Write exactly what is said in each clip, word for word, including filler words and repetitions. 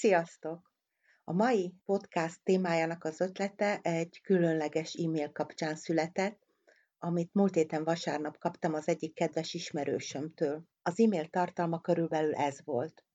Sziasztok! A mai podcast témájának az ötlete egy különleges e-mail kapcsán született, amit múlt héten vasárnap kaptam az egyik kedves ismerősömtől. Az e-mail tartalma körülbelül ez volt.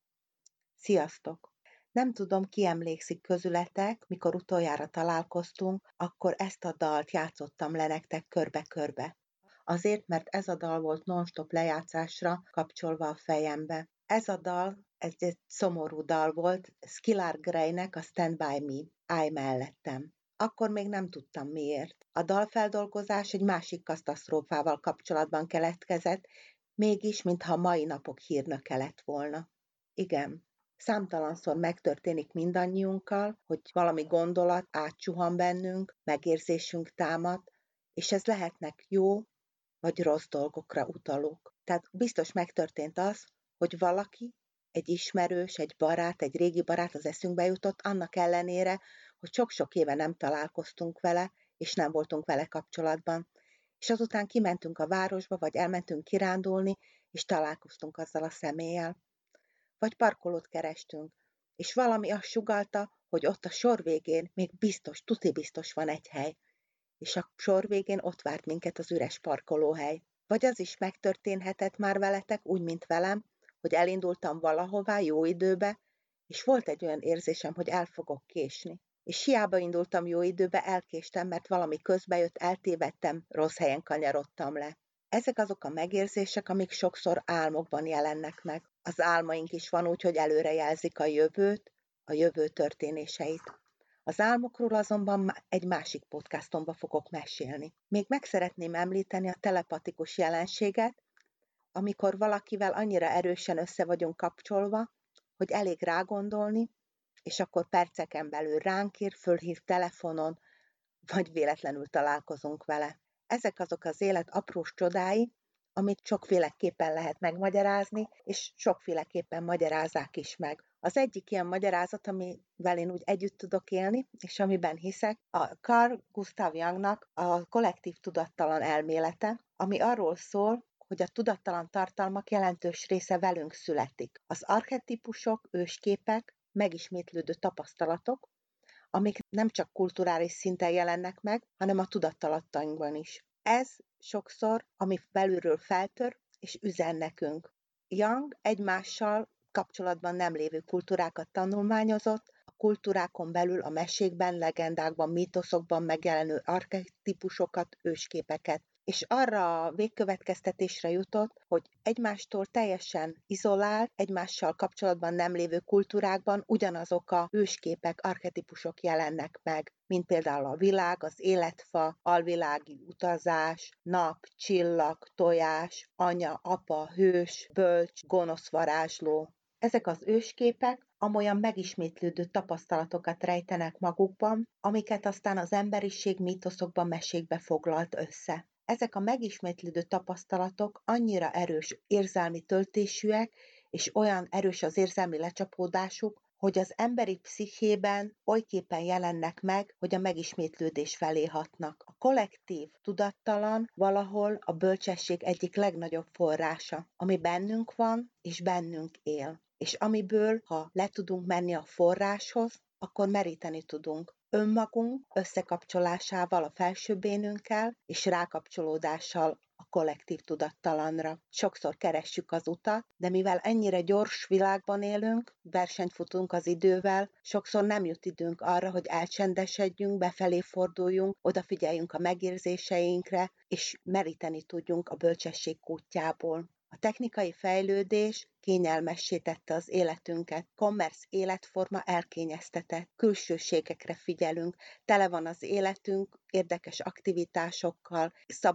Sziasztok! Nem tudom, ki emlékszik közületek, mikor utoljára találkoztunk, akkor ezt a dalt játszottam le nektek körbe-körbe. Azért, mert ez a dal volt non-stop lejátszásra kapcsolva a fejembe. Ez a dal, ez egy szomorú dal volt, Skylar Grey-nek a Stand By Me, Állj mellettem. Akkor még nem tudtam miért. A dalfeldolgozás egy másik katasztrófával kapcsolatban keletkezett, mégis, mintha a mai napok hírnöke lett volna. Igen, számtalanszor megtörténik mindannyiunkkal, hogy valami gondolat átsuhan bennünk, megérzésünk támad, és ez lehetnek jó vagy rossz dolgokra utalók. Tehát biztos megtörtént az, hogy valaki, egy ismerős, egy barát, egy régi barát az eszünkbe jutott, annak ellenére, hogy sok-sok éve nem találkoztunk vele, és nem voltunk vele kapcsolatban. És azután kimentünk a városba, vagy elmentünk kirándulni, és találkoztunk azzal a személlyel. Vagy parkolót kerestünk, és valami azt sugallta, hogy ott a sor végén még biztos, tuti biztos van egy hely. És a sor végén ott várt minket az üres parkolóhely. Vagy az is megtörténhetett már veletek, úgy, mint velem, hogy elindultam valahová jó időbe, és volt egy olyan érzésem, hogy el fogok késni. És hiába indultam jó időbe, elkéstem, mert valami közbejött, eltévedtem, rossz helyen kanyarodtam le. Ezek azok a megérzések, amik sokszor álmokban jelennek meg. Az álmaink is van úgy, hogy előrejelzik a jövőt, a jövő történéseit. Az álmokról azonban egy másik podcastomba fogok mesélni. Még meg szeretném említeni a telepatikus jelenséget, amikor valakivel annyira erősen össze vagyunk kapcsolva, hogy elég rágondolni, és akkor perceken belül ránk ír, fölhív telefonon, vagy véletlenül találkozunk vele. Ezek azok az élet aprós csodái, amit sokféleképpen lehet megmagyarázni, és sokféleképpen magyarázzák is meg. Az egyik ilyen magyarázat, amivel én úgy együtt tudok élni, és amiben hiszek, a Carl Gustav Jungnak a kollektív tudattalan elmélete, ami arról szól, hogy a tudattalan tartalmak jelentős része velünk születik. Az archetípusok, ősképek, megismétlődő tapasztalatok, amik nem csak kulturális szinten jelennek meg, hanem a tudattalattainkban is. Ez sokszor, ami belülről feltör, és üzen nekünk. Jung egymással kapcsolatban nem lévő kultúrákat tanulmányozott, a kultúrákon belül a mesékben, legendákban, mítoszokban megjelenő archetípusokat, ősképeket. És arra a végkövetkeztetésre jutott, hogy egymástól teljesen izolált, egymással kapcsolatban nem lévő kultúrákban ugyanazok a ősképek, archetipusok jelennek meg, mint például a világ, az életfa, alvilági utazás, nap, csillag, tojás, anya, apa, hős, bölcs, gonosz varázsló. Ezek az ősképek amolyan megismétlődő tapasztalatokat rejtenek magukban, amiket aztán az emberiség mítoszokban, mesékbe foglalt össze. Ezek a megismétlődő tapasztalatok annyira erős érzelmi töltésűek, és olyan erős az érzelmi lecsapódásuk, hogy az emberi pszichében olyképpen jelennek meg, hogy a megismétlődés felé hatnak. A kollektív tudattalan valahol a bölcsesség egyik legnagyobb forrása, ami bennünk van, és bennünk él. És amiből, ha le tudunk menni a forráshoz, akkor meríteni tudunk. Önmagunk összekapcsolásával a felsőbbénünkkel és rákapcsolódással a kollektív tudattalanra. Sokszor keressük az utat, de mivel ennyire gyors világban élünk, versenyt futunk az idővel, sokszor nem jut időnk arra, hogy elcsendesedjünk, befelé forduljunk, odafigyeljünk a megérzéseinkre, és meríteni tudjunk a bölcsesség útjából. A technikai fejlődés kényelmessé tette az életünket, kommersz életforma elkényeztetett, külsőségekre figyelünk, tele van az életünk érdekes aktivitásokkal,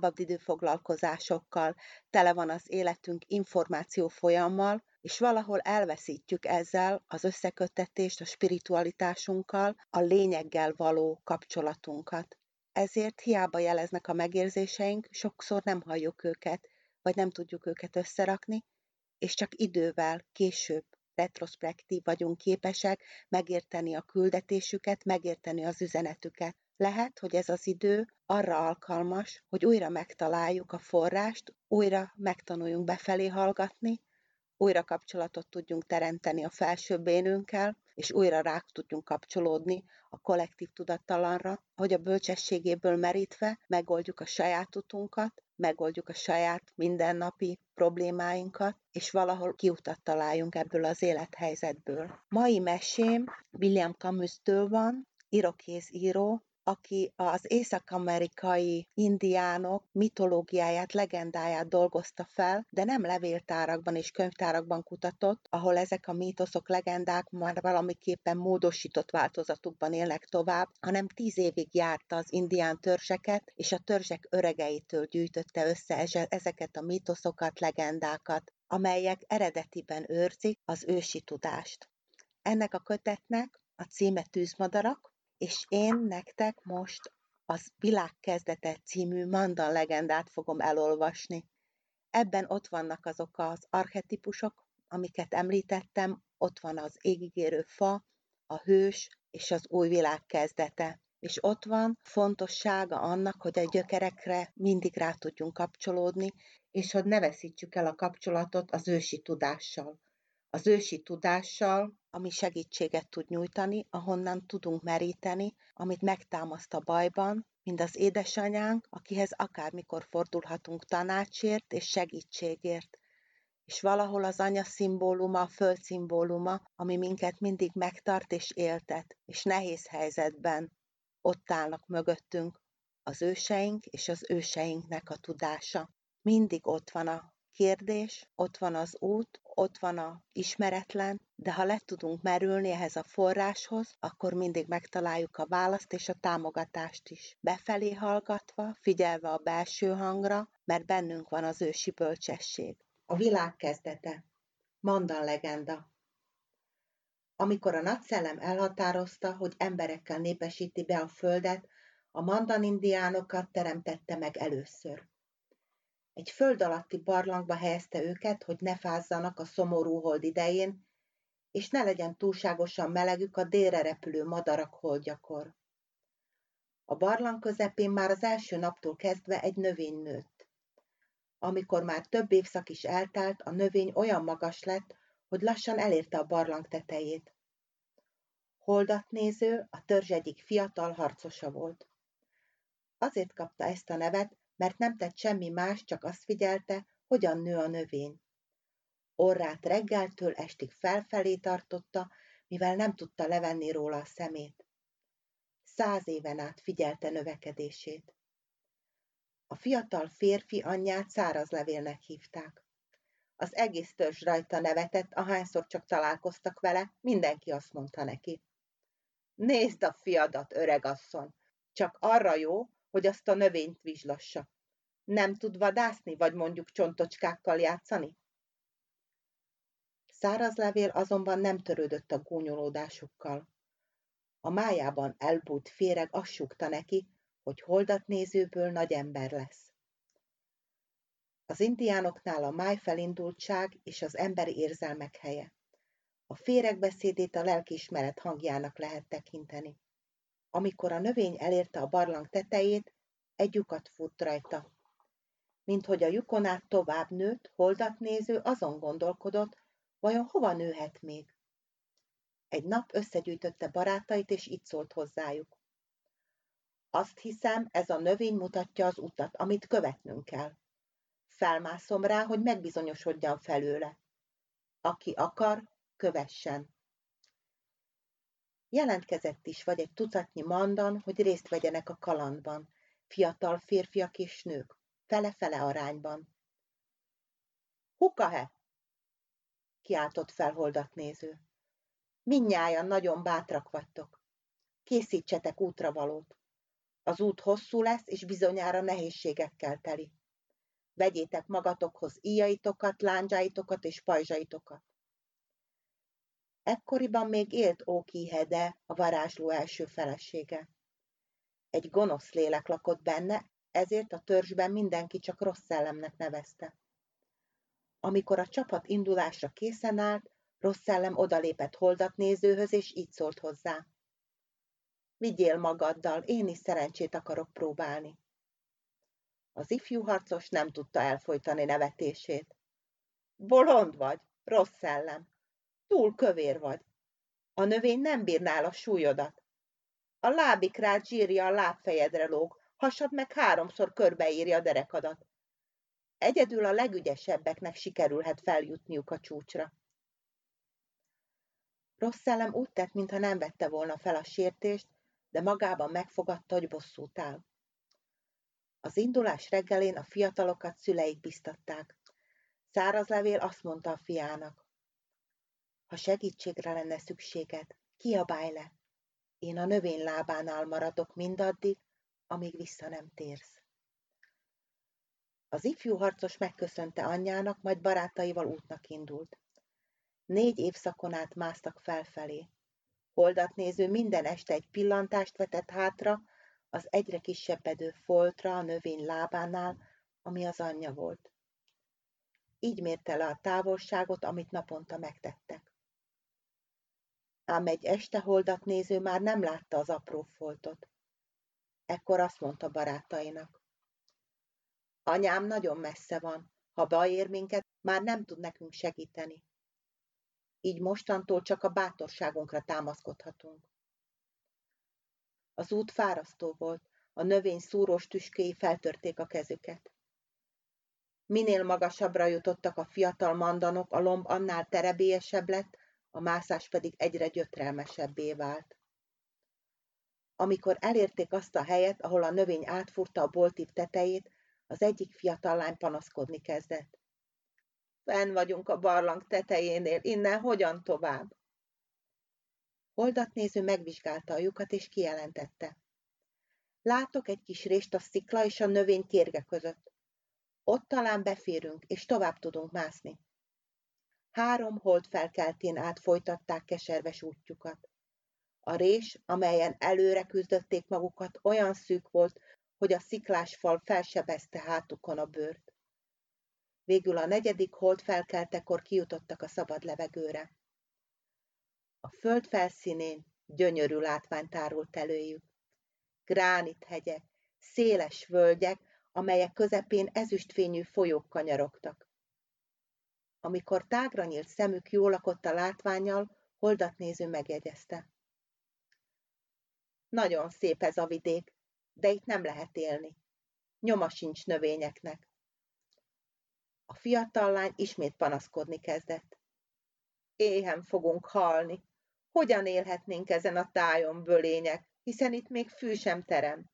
szabadidőfoglalkozásokkal, tele van az életünk információ folyammal, és valahol elveszítjük ezzel az összeköttetést a spiritualitásunkkal, a lényeggel való kapcsolatunkat. Ezért hiába jeleznek a megérzéseink, sokszor nem halljuk őket, vagy nem tudjuk őket összerakni, és csak idővel, később, retrospektív vagyunk képesek megérteni a küldetésüket, megérteni az üzenetüket. Lehet, hogy ez az idő arra alkalmas, hogy újra megtaláljuk a forrást, újra megtanuljunk befelé hallgatni, újra kapcsolatot tudjunk teremteni a felsőbb énünkkel, és újra rá tudjunk kapcsolódni a kollektív tudattalanra, hogy a bölcsességéből merítve megoldjuk a saját utunkat, megoldjuk a saját mindennapi problémáinkat, és valahol kiutat találjunk ebből az élethelyzetből. Mai mesém William Camus-től van, irokész író, aki az észak-amerikai indiánok mitológiáját, legendáját dolgozta fel, de nem levéltárakban és könyvtárakban kutatott, ahol ezek a mítoszok, legendák már valamiképpen módosított változatukban élnek tovább, hanem tíz évig járta az indián törzseket, és a törzsek öregeitől gyűjtötte össze ezeket a mítoszokat, legendákat, amelyek eredetiben őrzik az ősi tudást. Ennek a kötetnek a címe Tűzmadarak, és én nektek most az Világ kezdete című Mandan legendát fogom elolvasni. Ebben ott vannak azok az archetípusok, amiket említettem, ott van az égigérő fa, a hős és az új világ kezdete. És ott van fontossága annak, hogy a gyökerekre mindig rá tudjunk kapcsolódni, és hogy ne veszítsük el a kapcsolatot az ősi tudással. Az ősi tudással, ami segítséget tud nyújtani, ahonnan tudunk meríteni, amit megtámaszt a bajban, mind az édesanyánk, akihez akármikor fordulhatunk tanácsért és segítségért. És valahol az anya szimbóluma, a föld szimbóluma, ami minket mindig megtart és éltet, és nehéz helyzetben ott állnak mögöttünk az őseink és az őseinknek a tudása. Mindig ott van a kérdés, ott van az út, ott van a ismeretlen, de ha le tudunk merülni ehhez a forráshoz, akkor mindig megtaláljuk a választ és a támogatást is. Befelé hallgatva, figyelve a belső hangra, mert bennünk van az ősi bölcsesség. A világ kezdete. Mandan legenda. Amikor a nagyszellem elhatározta, hogy emberekkel népesíti be a földet, a mandan indiánokat teremtette meg először. Egy föld alatti barlangba helyezte őket, hogy ne fázzanak a szomorú hold idején, és ne legyen túlságosan melegük a délre repülő madarak holdjakor. A barlang közepén már az első naptól kezdve egy növény nőtt. Amikor már több évszak is eltelt, a növény olyan magas lett, hogy lassan elérte a barlang tetejét. Holdat néző, a törzs egyik fiatal harcosa volt. Azért kapta ezt a nevet, mert nem tett semmi más, csak azt figyelte, hogyan nő a növény. Orrát reggeltől estig felfelé tartotta, mivel nem tudta levenni róla a szemét. Száz éven át figyelte növekedését. A fiatal férfi anyját szárazlevélnek hívták. Az egész törzs rajta nevetett, ahányszor csak találkoztak vele, mindenki azt mondta neki. Nézd a fiadat, öregasszony, csak arra jó, hogy azt a növényt vizslassa. Nem tud vadászni, vagy mondjuk csontocskákkal játszani? Szárazlevél azonban nem törődött a gúnyolódásukkal. A májában elbújt féreg azt súgta neki, hogy holdat nézőből nagy ember lesz. Az indiánoknál a máj felindultság és az emberi érzelmek helye. A féreg beszédét a lelkiismeret hangjának lehet tekinteni. Amikor a növény elérte a barlang tetejét, egy lyukat fut rajta. Minthogy a lyukon át tovább nőtt, holdat néző azon gondolkodott, vajon hova nőhet még? Egy nap összegyűjtötte barátait, és így szólt hozzájuk. Azt hiszem, ez a növény mutatja az utat, amit követnünk kell. Felmászom rá, hogy megbizonyosodjam felőle. Aki akar, kövessen. Jelentkezett is vagy egy tucatnyi mandan, hogy részt vegyenek a kalandban, fiatal férfiak és nők, fele-fele arányban. Hukahe! Kiáltott fel holdat néző. Mindnyájan nagyon bátrak vagytok. Készítsetek útravalót. Az út hosszú lesz, és bizonyára nehézségekkel teli. Vegyétek magatokhoz íjaitokat, lándzsáitokat és pajzsaitokat. Ekkoriban még élt Ókihede, a varázsló első felesége. Egy gonosz lélek lakott benne, ezért a törzsben mindenki csak rossz szellemnek nevezte. Amikor a csapat indulásra készen állt, rossz szellem odalépett holdat nézőhöz, és így szólt hozzá. Vigyél magaddal, én is szerencsét akarok próbálni. Az ifjú harcos nem tudta elfojtani nevetését. Bolond vagy? Rossz szellem. Túl kövér vagy. A növény nem bírná el a súlyodat. A lábikrát zsírja a lábfejedre lóg, hasad meg háromszor körbeírja a derekadat. Egyedül a legügyesebbeknek sikerülhet feljutniuk a csúcsra. Rossz szellem úgy tett, mintha nem vette volna fel a sértést, de magában megfogadta, hogy bosszút áll. Az indulás reggelén a fiatalokat szüleik biztatták. Szárazlevél azt mondta a fiának: ha segítségre lenne szükséged, kiabálj le. Én a növény lábánál maradok mindaddig, amíg vissza nem térsz. Az ifjú harcos megköszönte anyjának, majd barátaival útnak indult. Négy évszakon át másztak felfelé. Holdat néző minden este egy pillantást vetett hátra az egyre kisebbedő foltra a növény lábánál, ami az anyja volt. Így mérte le a távolságot, amit naponta megtettek. Ám egy este holdat néző már nem látta az apró foltot. Ekkor azt mondta barátainak: anyám nagyon messze van, ha baj ér minket, már nem tud nekünk segíteni. Így mostantól csak a bátorságunkra támaszkodhatunk. Az út fárasztó volt, a növény szúrós tüskéi feltörték a kezüket. Minél magasabbra jutottak a fiatal mandanok, a lomb annál terebélyesebb lett, a mászás pedig egyre gyötrelmesebbé vált. Amikor elérték azt a helyet, ahol a növény átfúrta a boltív tetejét, az egyik fiatal lány panaszkodni kezdett. Fenn vagyunk a barlang tetejénél, innen hogyan tovább? Holdatnéző megvizsgálta a lyukat és kijelentette: látok egy kis rést a szikla és a növény kérge között. Ott talán beférünk, és tovább tudunk mászni. Három holdfelkeltén át folytatták keserves útjukat. A rés, amelyen előre küzdötték magukat, olyan szűk volt, hogy a sziklás fal felsebezte hátukon a bőrt. Végül a negyedik hold felkeltekor kijutottak a szabad levegőre. A föld felszínén gyönyörű látvány tárult előjük. Gránithegyek, széles völgyek, amelyek közepén ezüstfényű folyók kanyarogtak. Amikor tágra nyílt szemük jól lakott a látvánnyal, Holdat néző megjegyezte: nagyon szép ez a vidék, de itt nem lehet élni. Nyoma sincs növényeknek. A fiatal lány ismét panaszkodni kezdett. Éhen fogunk halni. Hogyan élhetnénk ezen a tájon, bölények, hiszen itt még fű sem terem.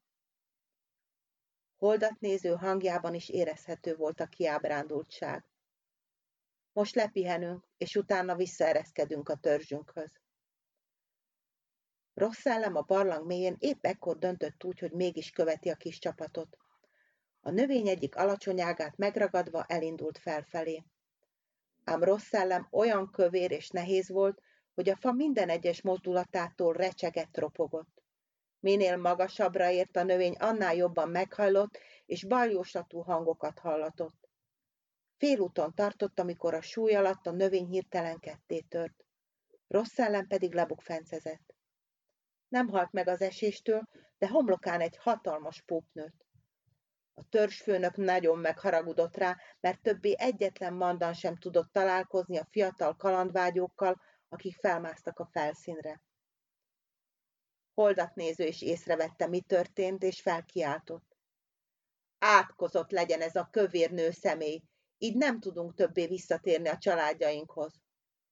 Holdat néző hangjában is érezhető volt a kiábrándultság. Most lepihenünk, és utána visszaereszkedünk a törzsünkhöz. Rossz szellem a barlang mélyén épp ekkor döntött úgy, hogy mégis követi a kis csapatot. A növény egyik alacsony ágát megragadva elindult felfelé. Ám Rossz szellem olyan kövér és nehéz volt, hogy a fa minden egyes mozdulatától recsegett, ropogott. Minél magasabbra ért a növény, annál jobban meghajlott, és baljóslatú hangokat hallatott. Félúton tartott, amikor a súly alatt a növény hirtelen ketté tört. Rossz szellem pedig lebukfencezett. Nem halt meg az eséstől, de homlokán egy hatalmas pók nőtt. A törzsfőnök nagyon megharagudott rá, mert többé egyetlen mandan sem tudott találkozni a fiatal kalandvágyókkal, akik felmásztak a felszínre. Holdat néző is észrevette, mi történt, és felkiáltott. Átkozott legyen ez a kövér nő személy, így nem tudunk többé visszatérni a családjainkhoz.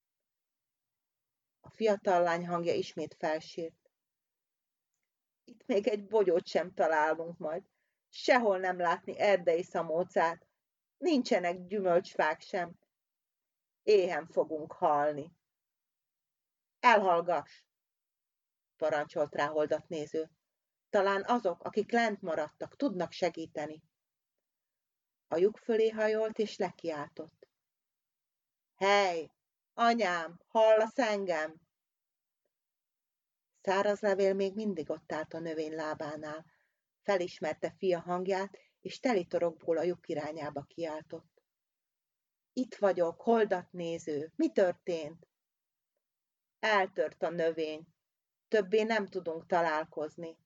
A fiatal lány hangja ismét felsírt. Itt még egy bogyót sem találunk majd. Sehol nem látni erdei szamócát. Nincsenek gyümölcsfák sem. Éhen fogunk halni. Elhallgass, parancsolt rá Holdat néző. Talán azok, akik lent maradtak, tudnak segíteni. A lyuk fölé hajolt, és lekiáltott. Hely, anyám, hallasz engem? Szárazlevél még mindig ott állt a növény lábánál. Felismerte fia hangját, és teli torokból a lyuk irányába kiáltott. Itt vagyok, Holdat néző, mi történt? Eltört a növény, többé nem tudunk találkozni.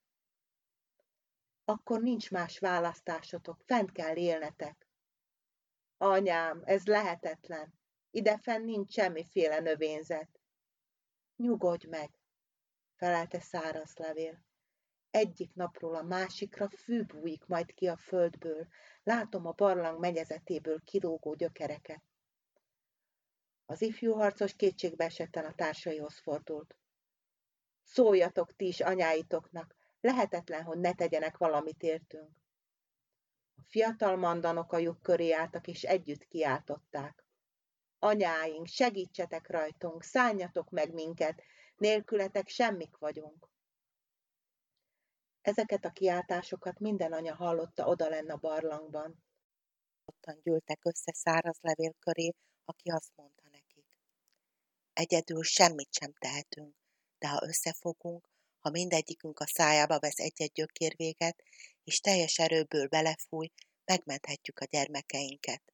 Akkor nincs más választásotok, fent kell élnetek. Anyám, ez lehetetlen. Idefenn nincs semmiféle növényzet. Nyugodj meg, felelte száraz levél. Egyik napról a másikra fű bújik majd ki a földből. Látom a barlang mennyezetéből kilógó gyökereket. Az ifjú harcos kétségbeesetten a társaihoz fordult. Szóljatok ti is anyáitoknak, lehetetlen, hogy ne tegyenek valamit értünk. A fiatal mandanok a lyuk köré álltak, és együtt kiáltották. Anyáink, segítsetek rajtunk, szálljatok meg minket, nélkületek semmik vagyunk. Ezeket a kiáltásokat minden anya hallotta odalenn a barlangban. Ottan gyűltek össze száraz levél köré, aki azt mondta nekik. Egyedül semmit sem tehetünk, de ha összefogunk, ha mindegyikünk a szájába vesz egy-egy gyökérvéget, és teljes erőből belefúj, megmenthetjük a gyermekeinket.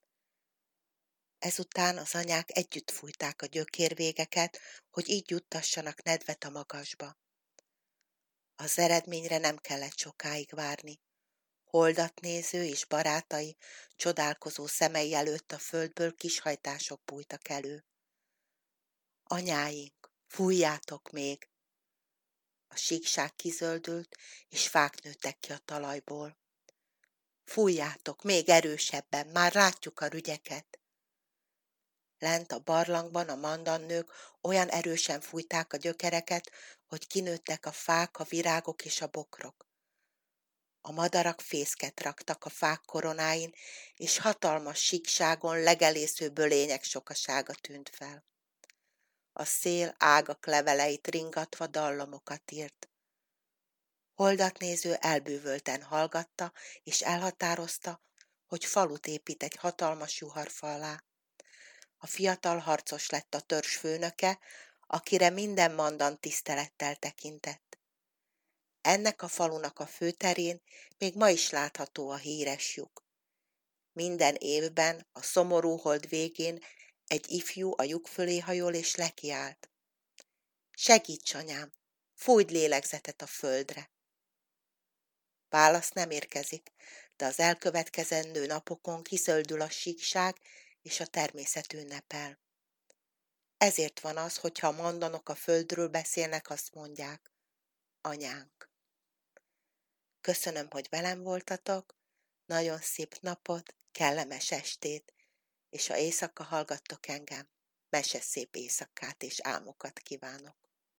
Ezután az anyák együtt fújták a gyökérvégeket, hogy így juttassanak nedvet a magasba. Az eredményre nem kellett sokáig várni. Holdatnéző és barátai csodálkozó szemei előtt a földből kishajtások bújtak elő. Anyáink, fújjátok még! A síkság kizöldült, és fák nőttek ki a talajból. Fújjátok még erősebben, már látjuk a rügyeket. Lent a barlangban a mandannők olyan erősen fújták a gyökereket, hogy kinőttek a fák, a virágok és a bokrok. A madarak fészket raktak a fák koronáin, és hatalmas síkságon legelésző bölények sokasága tűnt fel. A szél ágak leveleit ringatva dallamokat írt. Holdatnéző elbűvölten hallgatta, és elhatározta, hogy falut épít egy hatalmas juharfa alá. A fiatal harcos lett a törzs főnöke, akire minden mandan tisztelettel tekintett. Ennek a falunak a főterén még ma is látható a híres lyuk. Minden évben a szomorú hold végén egy ifjú a lyuk fölé hajol és lekiált. Segíts, anyám, fújd lélegzetet a földre. Válasz nem érkezik, de az elkövetkezendő napokon kiszöldül a síkság, és a természet ünnepel. Ezért van az, hogyha a mandanok a földről beszélnek, azt mondják, anyánk. Köszönöm, hogy velem voltatok, nagyon szép napot, kellemes estét, és ha éjszaka hallgattok engem, mese szép éjszakát és álmokat kívánok.